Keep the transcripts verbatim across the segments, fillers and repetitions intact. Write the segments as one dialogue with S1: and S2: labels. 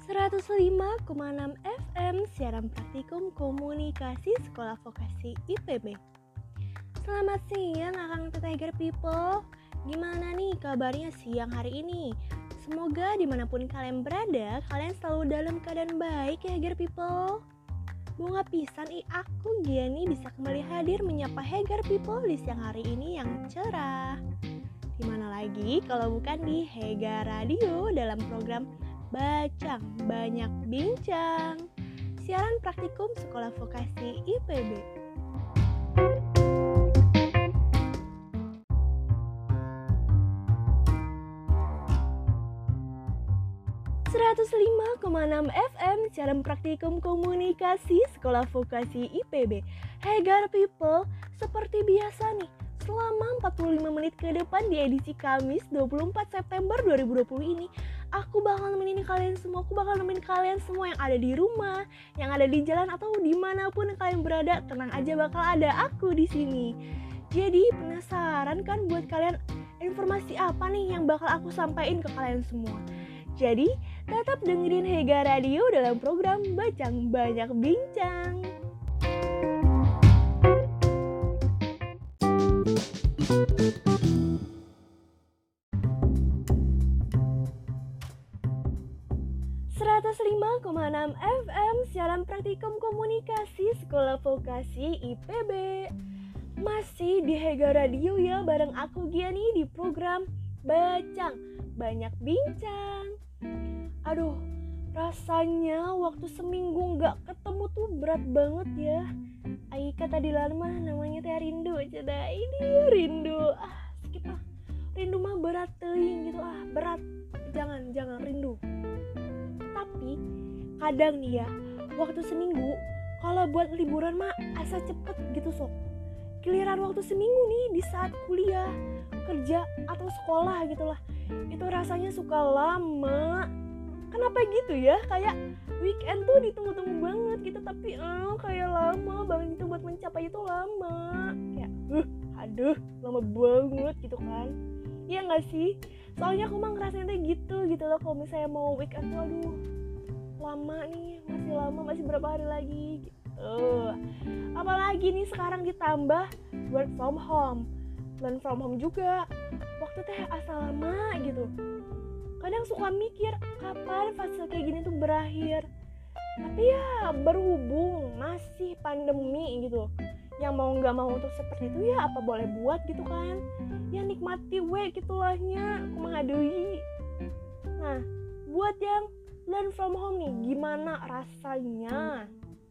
S1: seratus lima koma enam F M siaran praktikum komunikasi sekolah vokasi I P B. Selamat siang akang Tiger People. Gimana nih kabarnya siang hari ini? Semoga dimanapun kalian berada, kalian selalu dalam keadaan baik ya Hager People. Bunga pisan i aku Giani bisa kembali hadir menyapa Hager People di siang hari ini yang cerah. Dimana lagi kalau bukan di Hega Radio dalam program Bacang Banyak Bincang, siaran praktikum sekolah vokasi I P B. seratus lima koma enam F M siaran praktikum komunikasi sekolah vokasi I P B. Hager People, seperti biasa nih, selama empat puluh lima menit ke depan di edisi Kamis dua puluh empat September dua ribu dua puluh ini, aku bakal nemenin kalian semua, aku bakal nemenin kalian semua yang ada di rumah, yang ada di jalan atau dimanapun kalian berada, tenang aja bakal ada aku di sini. Jadi penasaran kan buat kalian informasi apa nih yang bakal aku sampaikan ke kalian semua? Jadi tetap dengerin Hega Radio dalam program Bacang Banyak Bincang. seratus lima koma enam F M siaran praktikum komunikasi sekolah vokasi I P B. Masih di Hega Radio ya, bareng aku Giani di program Bacang Banyak Bincang. Aduh, rasanya waktu seminggu gak ketemu tuh berat banget ya. Aika tadi lama namanya teh rindu, ceda ini rindu. Ah, skip ah. Rindu mah berat teuing gitu ah, berat. Jangan, jangan rindu. Tapi kadang nih ya, waktu seminggu kalau buat liburan mah asa cepet gitu sok. Giliran waktu seminggu nih di saat kuliah, kerja atau sekolah gitulah, itu rasanya suka lama. Kenapa gitu ya? Kayak weekend tuh ditunggu-tunggu banget gitu, tapi eh, kayak lama banget gitu buat mencapai itu lama. Kayak, uh, aduh, lama banget gitu kan? Iya nggak sih? Soalnya aku mah ngerasain tuh gitu gitu loh. Kalau misalnya mau weekend tuh, aduh, lama nih, masih lama, masih berapa hari lagi gitu. Apalagi nih sekarang ditambah work from home, learn from home juga. Waktu teh asal lama gitu. Kadang suka mikir kapan fase kayak gini tuh berakhir. Tapi ya berhubung masih pandemi gitu, yang mau gak mau untuk seperti itu ya apa boleh buat gitu kan. Ya nikmati we gitulahnya, aku mengadui. Nah, buat yang learn from home nih, gimana rasanya?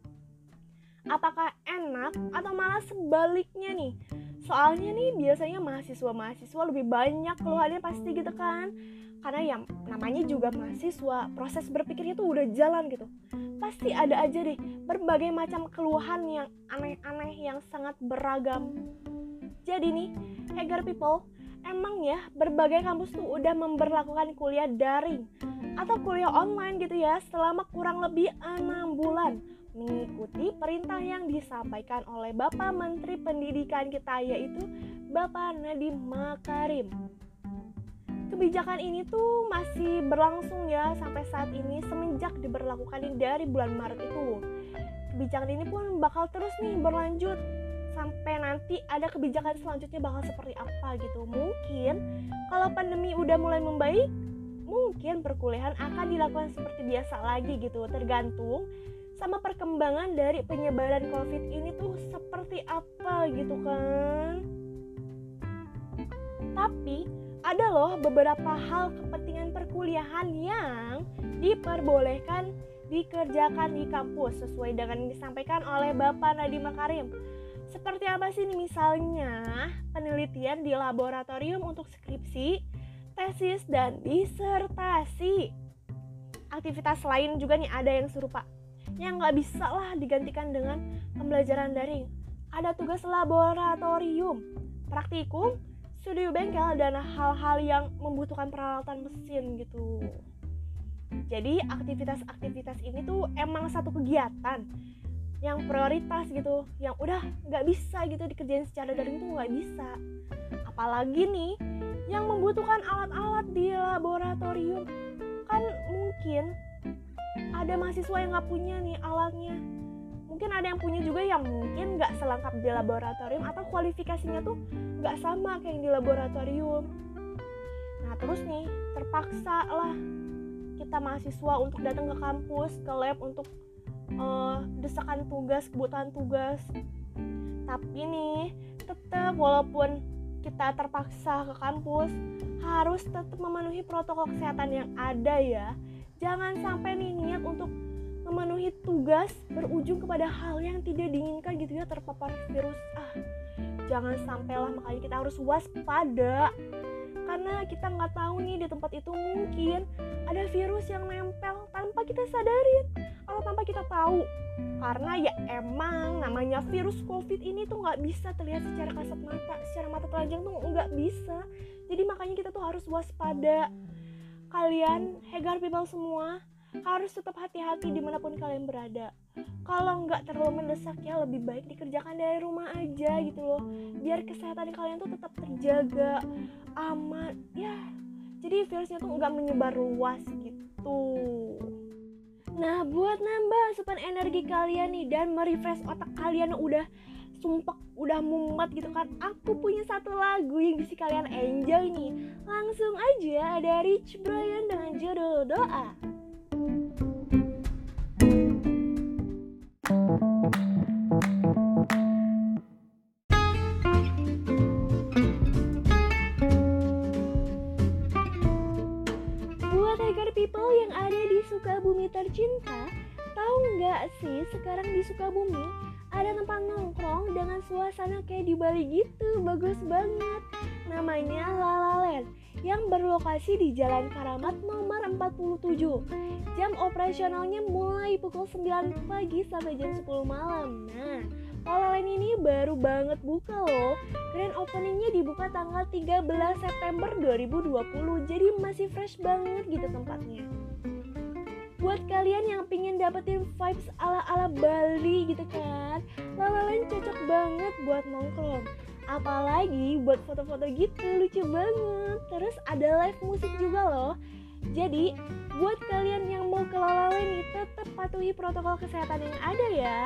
S1: Apakah enak atau malah sebaliknya nih? Soalnya nih biasanya mahasiswa-mahasiswa lebih banyak keluhannya pasti gitu kan. Karena yang namanya juga mahasiswa, proses berpikirnya tuh udah jalan gitu. Pasti ada aja deh berbagai macam keluhan yang aneh-aneh yang sangat beragam. Jadi nih, Hager People, emang ya berbagai kampus tuh udah memberlakukan kuliah daring atau kuliah online gitu ya selama kurang lebih enam bulan, mengikuti perintah yang disampaikan oleh Bapak Menteri Pendidikan kita, yaitu Bapak Nadiem Makarim. Kebijakan ini tuh masih berlangsung ya sampai saat ini semenjak diberlakukan dari bulan Maret itu. Kebijakan ini pun bakal terus nih berlanjut sampai nanti ada kebijakan selanjutnya bakal seperti apa gitu. Mungkin kalau pandemi udah mulai membaik, mungkin perkuliahan akan dilakukan seperti biasa lagi gitu, tergantung sama perkembangan dari penyebaran COVID ini tuh seperti apa gitu kan. Tapi ada loh beberapa hal kepentingan perkuliahan yang diperbolehkan dikerjakan di kampus sesuai dengan yang disampaikan oleh Bapak Nadiem Makarim. Seperti apa sih nih? Misalnya penelitian di laboratorium untuk skripsi, tesis, dan disertasi. Aktivitas lain juga nih ada yang serupa, yang gak bisa lah digantikan dengan pembelajaran daring. Ada tugas laboratorium, praktikum, studio bengkel, dan hal-hal yang membutuhkan peralatan mesin gitu. Jadi aktivitas-aktivitas ini tuh emang satu kegiatan yang prioritas gitu, yang udah gak bisa gitu dikerjain secara daring tuh gak bisa. Apalagi nih yang membutuhkan alat-alat di laboratorium, kan mungkin ada mahasiswa yang nggak punya nih alatnya. Mungkin ada yang punya juga yang mungkin nggak selengkap di laboratorium atau kualifikasinya tuh nggak sama kayak yang di laboratorium. Nah terus nih terpaksa lah kita mahasiswa untuk datang ke kampus, ke lab untuk uh, desakan tugas, kebutuhan tugas. Tapi nih tetap walaupun kita terpaksa ke kampus harus tetap memenuhi protokol kesehatan yang ada ya. Jangan sampai nih niat untuk memenuhi tugas berujung kepada hal yang tidak diinginkan gitu ya, terpapar virus. Ah, jangan sampailah, makanya kita harus waspada. Karena kita nggak tahu nih di tempat itu mungkin ada virus yang nempel tanpa kita sadarin atau tanpa kita tahu. Karena ya emang namanya virus COVID ini tuh nggak bisa terlihat secara kasat mata, secara mata telanjang tuh nggak bisa. Jadi makanya kita tuh harus waspada. Kalian Hegar people semua harus tetap hati-hati dimanapun kalian berada. Kalau nggak terlalu mendesak ya lebih baik dikerjakan dari rumah aja gitu loh, biar kesehatan kalian tuh tetap terjaga, aman ya. Jadi virusnya tuh nggak menyebar luas gitu. Nah buat nambah asupan energi kalian nih dan merefresh otak kalian yang udah sumpek, udah mumet gitu kan, aku punya satu lagu yang bisa kalian enjoy nih. Langsung aja ada Rich Brian dengan judul Doa. Buat Hegar people yang ada di Sukabumi tercinta, tahu nggak sih sekarang di Sukabumi ada tempat nongkrong dengan suasana kayak di Bali gitu, bagus banget. Namanya Lalaland yang berlokasi di Jalan Karamat nomor empat puluh tujuh. Jam operasionalnya mulai pukul sembilan pagi sampai jam sepuluh malam. Nah, Lalaland ini baru banget buka loh. Grand openingnya dibuka tanggal tiga belas September dua ribu dua puluh. Jadi masih fresh banget gitu tempatnya. Buat kalian yang pingin dapetin vibes ala-ala Bali gitu kan, Lalaland cocok banget buat nongkrong. Apalagi buat foto-foto gitu, lucu banget. Terus ada live musik juga loh. Jadi buat kalian yang mau ke Lalaland nih, tetap patuhi protokol kesehatan yang ada ya.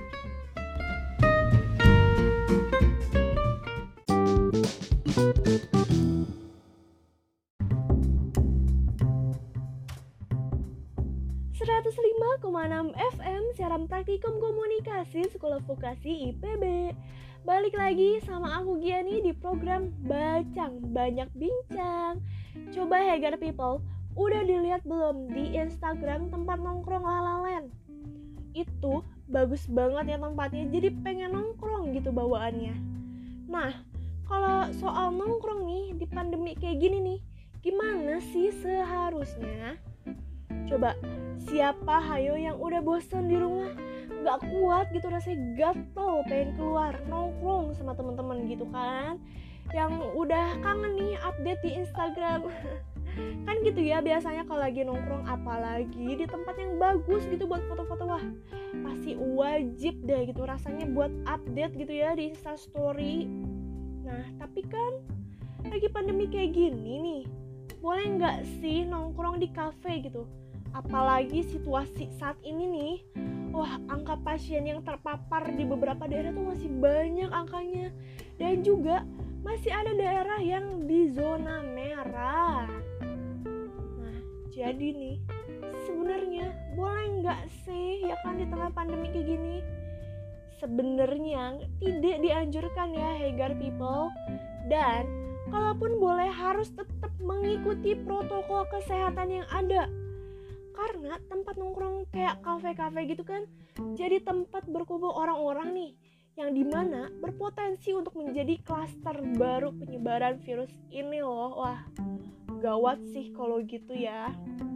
S1: seratus lima koma enam F M siaran praktikum komunikasi Sekolah Vokasi I P B. Balik lagi sama aku Giani di program Bacang Banyak Bincang. Coba Hegar people, udah dilihat belum di Instagram tempat nongkrong Lalaland? Itu bagus banget ya tempatnya, jadi pengen nongkrong gitu bawaannya. Nah, kalau soal nongkrong nih di pandemi kayak gini nih, gimana sih seharusnya? Coba, siapa hayo yang udah bosan di rumah, gak kuat gitu rasanya, gatel pengen keluar nongkrong sama teman-teman gitu kan, yang udah kangen nih update di Instagram. Kan gitu ya biasanya kalau lagi nongkrong, apalagi di tempat yang bagus gitu buat foto-foto, wah pasti wajib deh gitu rasanya buat update gitu ya di Instastory. Nah tapi kan lagi pandemi kayak gini nih, boleh gak sih nongkrong di kafe gitu? Apalagi situasi saat ini nih, wah angka pasien yang terpapar di beberapa daerah tuh masih banyak angkanya. Dan juga masih ada daerah yang di zona merah. Nah jadi nih, sebenarnya boleh nggak sih ya kan di tengah pandemi kayak gini? Sebenarnya tidak dianjurkan ya Hegar people. Dan kalaupun boleh harus tetap mengikuti protokol kesehatan yang ada. Karena tempat nongkrong kayak kafe-kafe gitu kan jadi tempat berkumpul orang-orang nih yang dimana berpotensi untuk menjadi klaster baru penyebaran virus ini loh. Wah gawat sih kalau gitu ya.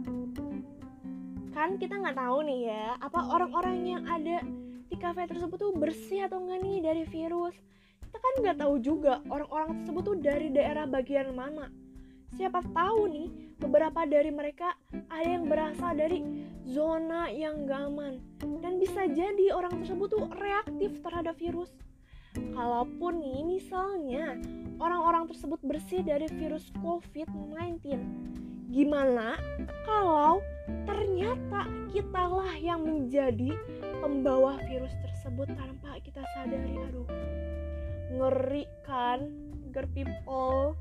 S1: Kan kita nggak tahu nih ya, apa orang-orang yang ada di kafe tersebut tuh bersih atau enggak nih dari virus. Kita kan nggak tahu juga orang-orang tersebut tuh dari daerah bagian mana. Siapa tahu nih beberapa dari mereka ada yang berasal dari zona yang gak aman, dan bisa jadi orang tersebut tuh reaktif terhadap virus. Kalaupun nih misalnya orang-orang tersebut bersih dari virus covid sembilan belas, Gimana kalau ternyata kitalah yang menjadi pembawa virus tersebut tanpa kita sadari? Aduh, ngeri kan, girl people.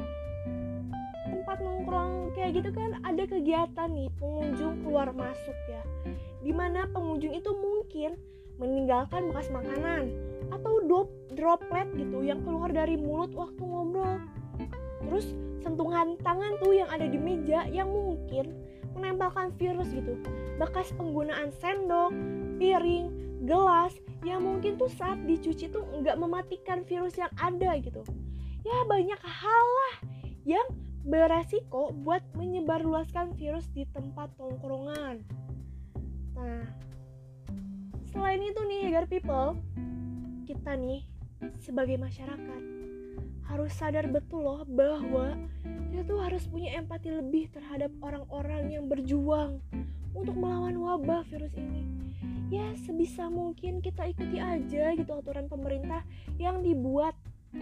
S1: Tempat nongkrong kayak gitu kan ada kegiatan nih, pengunjung keluar masuk ya, dimana pengunjung itu mungkin meninggalkan bekas makanan atau dop, droplet gitu yang keluar dari mulut waktu ngobrol. Terus sentuhan tangan tuh yang ada di meja yang mungkin menempelkan virus gitu. Bekas penggunaan sendok, piring, gelas yang mungkin tuh saat dicuci tuh nggak mematikan virus yang ada gitu. Ya banyak hal lah yang beresiko buat menyebarluaskan virus di tempat tongkrongan. Nah, selain itu nih girl people, kita nih sebagai masyarakat harus sadar betul loh bahwa kita tuh harus punya empati lebih terhadap orang-orang yang berjuang untuk melawan wabah virus ini. Ya sebisa mungkin kita ikuti aja gitu aturan pemerintah yang dibuat.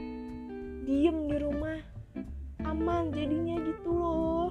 S1: Diem di rumah, aman jadinya gitu loh.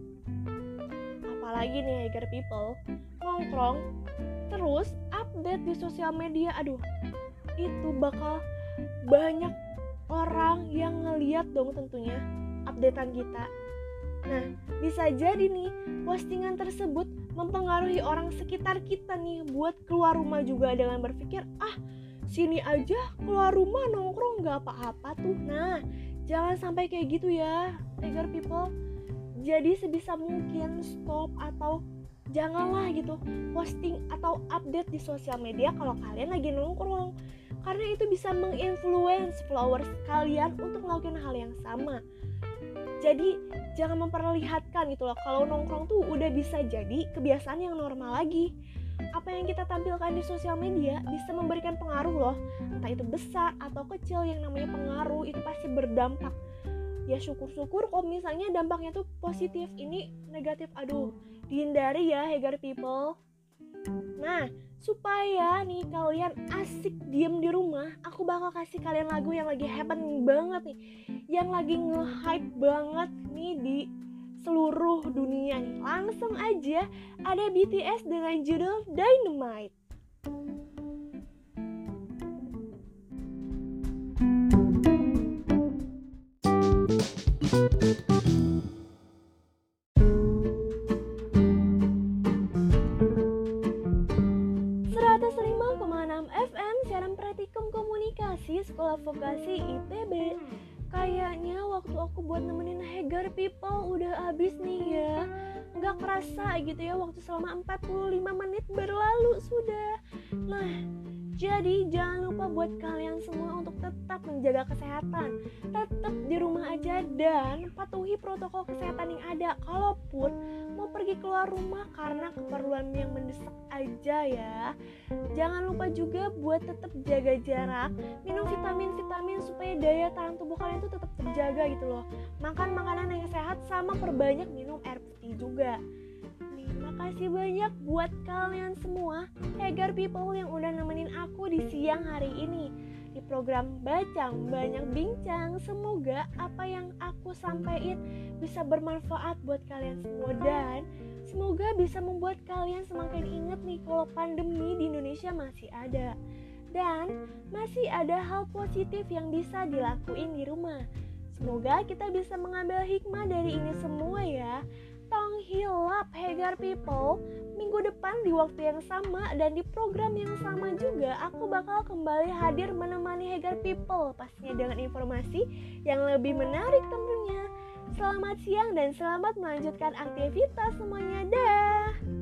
S1: Apalagi nih girl people, nongkrong terus update di sosial media, aduh itu bakal banyak orang yang ngeliat dong tentunya updatean kita. Nah, bisa jadi nih postingan tersebut mempengaruhi orang sekitar kita nih buat keluar rumah juga dengan berpikir, ah sini aja keluar rumah nongkrong gak apa-apa tuh. Nah, jangan sampai kayak gitu ya girl people. Jadi sebisa mungkin stop atau janganlah gitu posting atau update di sosial media kalau kalian lagi nongkrong, karena itu bisa menginfluence followers kalian untuk melakukan hal yang sama. Jadi jangan memperlihatkan gitu loh kalau nongkrong tuh udah bisa jadi kebiasaan yang normal lagi. Apa yang kita tampilkan di sosial media bisa memberikan pengaruh loh, entah itu besar atau kecil. Yang namanya pengaruh itu pasti berdampak. Ya syukur-syukur kalau misalnya dampaknya tuh positif, ini negatif, aduh dihindari ya girl people. Nah, supaya nih kalian asik diem di rumah, aku bakal kasih kalian lagu yang lagi happening banget nih, yang lagi nge-hype banget nih di seluruh dunia nih. Langsung aja ada B T S dengan judul Dynamite. seratus lima koma enam F M siaran praktikum komunikasi Sekolah Vokasi I P B. Kayaknya waktu aku buat nemenin Hegar People udah habis nih ya. Nggak kerasa gitu ya, waktu selama empat puluh lima menit berlalu sudah. Nah, jadi jangan lupa buat kalian semua untuk tetap menjaga kesehatan. Tetap di rumah aja dan patuhi protokol kesehatan yang ada. Kalaupun mau pergi keluar rumah karena keperluan yang mendesak aja ya. Jangan lupa juga buat tetap jaga jarak, minum vitamin-vitamin supaya daya tahan tubuh kalian tuh tetap terjaga gitu loh. Makan makanan yang sehat sama perbanyak minum air putih juga. Terima kasih banyak buat kalian semua Hegar People yang udah nemenin aku di siang hari ini di program Bacang Banyak Bincang. Semoga apa yang aku sampaikan bisa bermanfaat buat kalian semua dan semoga bisa membuat kalian semakin ingat nih kalau pandemi di Indonesia masih ada dan masih ada hal positif yang bisa dilakuin di rumah. Semoga kita bisa mengambil hikmah dari ini semua ya. Tong hilap Hegar People. Minggu depan di waktu yang sama dan di program yang sama juga aku bakal kembali hadir menemani Hegar People, pastinya dengan informasi yang lebih menarik tentunya. Selamat siang dan selamat melanjutkan aktivitas semuanya. Dah.